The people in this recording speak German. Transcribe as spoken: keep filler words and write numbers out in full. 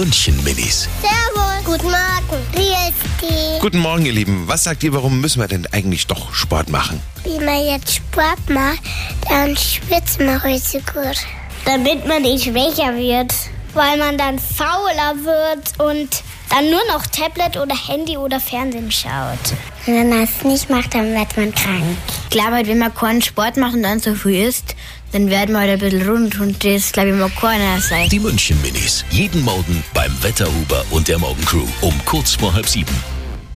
München-Minis. Servus. Guten Morgen. Wie ist die? Guten Morgen, ihr Lieben. Was sagt ihr, warum müssen wir denn eigentlich doch Sport machen? Wie man jetzt Sport macht, dann schwitzt man richtig gut. Damit man nicht schwächer wird. Weil man dann fauler wird und dann nur noch Tablet oder Handy oder Fernsehen schaut. Wenn man es nicht macht, dann wird man krank. Ich glaube, halt, wenn man keinen Sport macht und dann so viel isst, dann werden wir halt ein bisschen rund und das, glaube ich, mag keiner sein. Die München-Minis. Jeden Morgen beim Wetterhuber und der Morgencrew um kurz vor halb sieben.